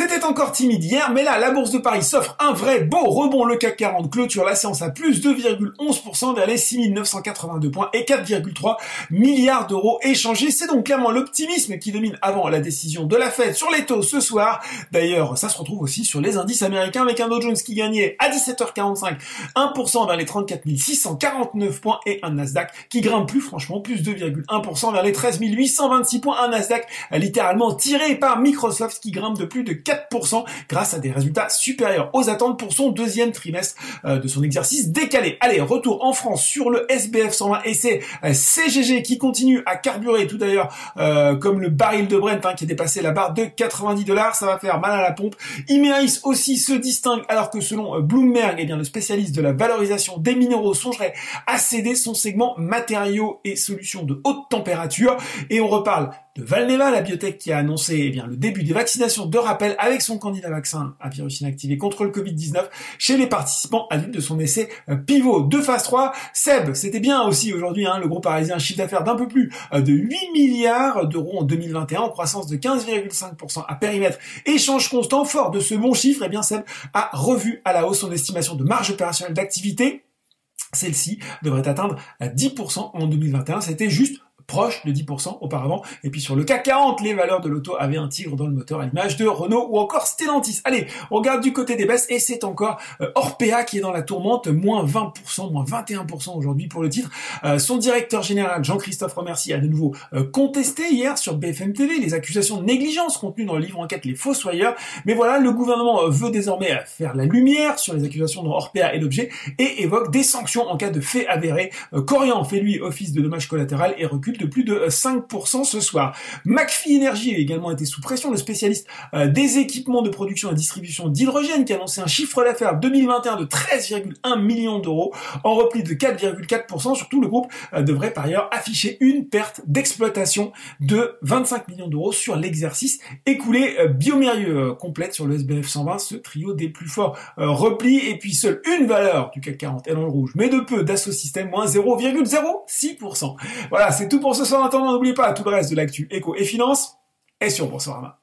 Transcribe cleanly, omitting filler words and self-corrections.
C'était encore timide hier, mais là, la Bourse de Paris s'offre un vrai beau rebond. Le CAC 40 clôture la séance à plus 2,11% vers les 6982 points et 4,3 milliards d'euros échangés. C'est donc clairement l'optimisme qui domine avant la décision de la Fed sur les taux ce soir. D'ailleurs, ça se retrouve aussi sur les indices américains avec un Dow Jones qui gagnait à 17h45 1% vers les 34 649 points et un Nasdaq qui grimpe plus franchement, plus 2,1% vers les 13 826 points. Un Nasdaq littéralement tiré par Microsoft qui grimpe de plus de 4% grâce à des résultats supérieurs aux attentes pour son deuxième trimestre de son exercice décalé. Allez, retour en France sur le SBF 120 et c'est CGG qui continue à carburer tout d'ailleurs comme le baril de Brent qui a dépassé la barre de $90. Ça va faire mal à la pompe. Imerys aussi se distingue alors que selon Bloomberg, eh bien, le spécialiste de la valorisation des minéraux songerait à céder son segment matériaux et solutions de haute température. Et on reparle de Valneva, la biotech qui a annoncé le début des vaccinations de rappel avec son candidat vaccin à virus inactivé contre le Covid-19 chez les participants adultes de son essai pivot de phase 3. Seb, c'était bien aussi aujourd'hui, le groupe parisien, un chiffre d'affaires d'un peu plus de 8 milliards d'euros en 2021, en croissance de 15,5% à périmètre échange constant. Fort de ce bon chiffre, Seb a revu à la hausse son estimation de marge opérationnelle d'activité. Celle-ci devrait atteindre 10% en 2021. C'était juste proche de 10% auparavant. Et puis sur le CAC 40, les valeurs de l'auto avaient un tigre dans le moteur à l'image de Renault ou encore Stellantis. Allez, on regarde du côté des baisses et c'est encore Orpea qui est dans la tourmente, moins 20%, moins 21% aujourd'hui pour le titre. Son directeur général, Jean-Christophe Remercie, a de nouveau contesté hier sur BFM TV les accusations de négligence contenues dans le livre enquête Les Fossoyeurs. Mais voilà, le gouvernement veut désormais faire la lumière sur les accusations dont Orpea est l'objet et évoque des sanctions en cas de faits avérés. Corian fait lui office de dommage collatéral et recule de plus de 5% ce soir. McPhy Energy a également été sous pression, le spécialiste des équipements de production et distribution d'hydrogène qui a annoncé un chiffre d'affaires 2021 de 13,1 millions d'euros en repli de 4,4%. Surtout, le groupe devrait par ailleurs afficher une perte d'exploitation de 25 millions d'euros sur l'exercice écoulé. Biomérieux complète sur le SBF 120 ce trio des plus forts replis et puis seule une valeur du CAC 40 est dans le rouge, mais de peu, Dassault Systèmes, moins 0,06%. Voilà, c'est tout pour ce soir. En attendant, n'oubliez pas tout le reste de l'actu éco et finance est sur Boursorama.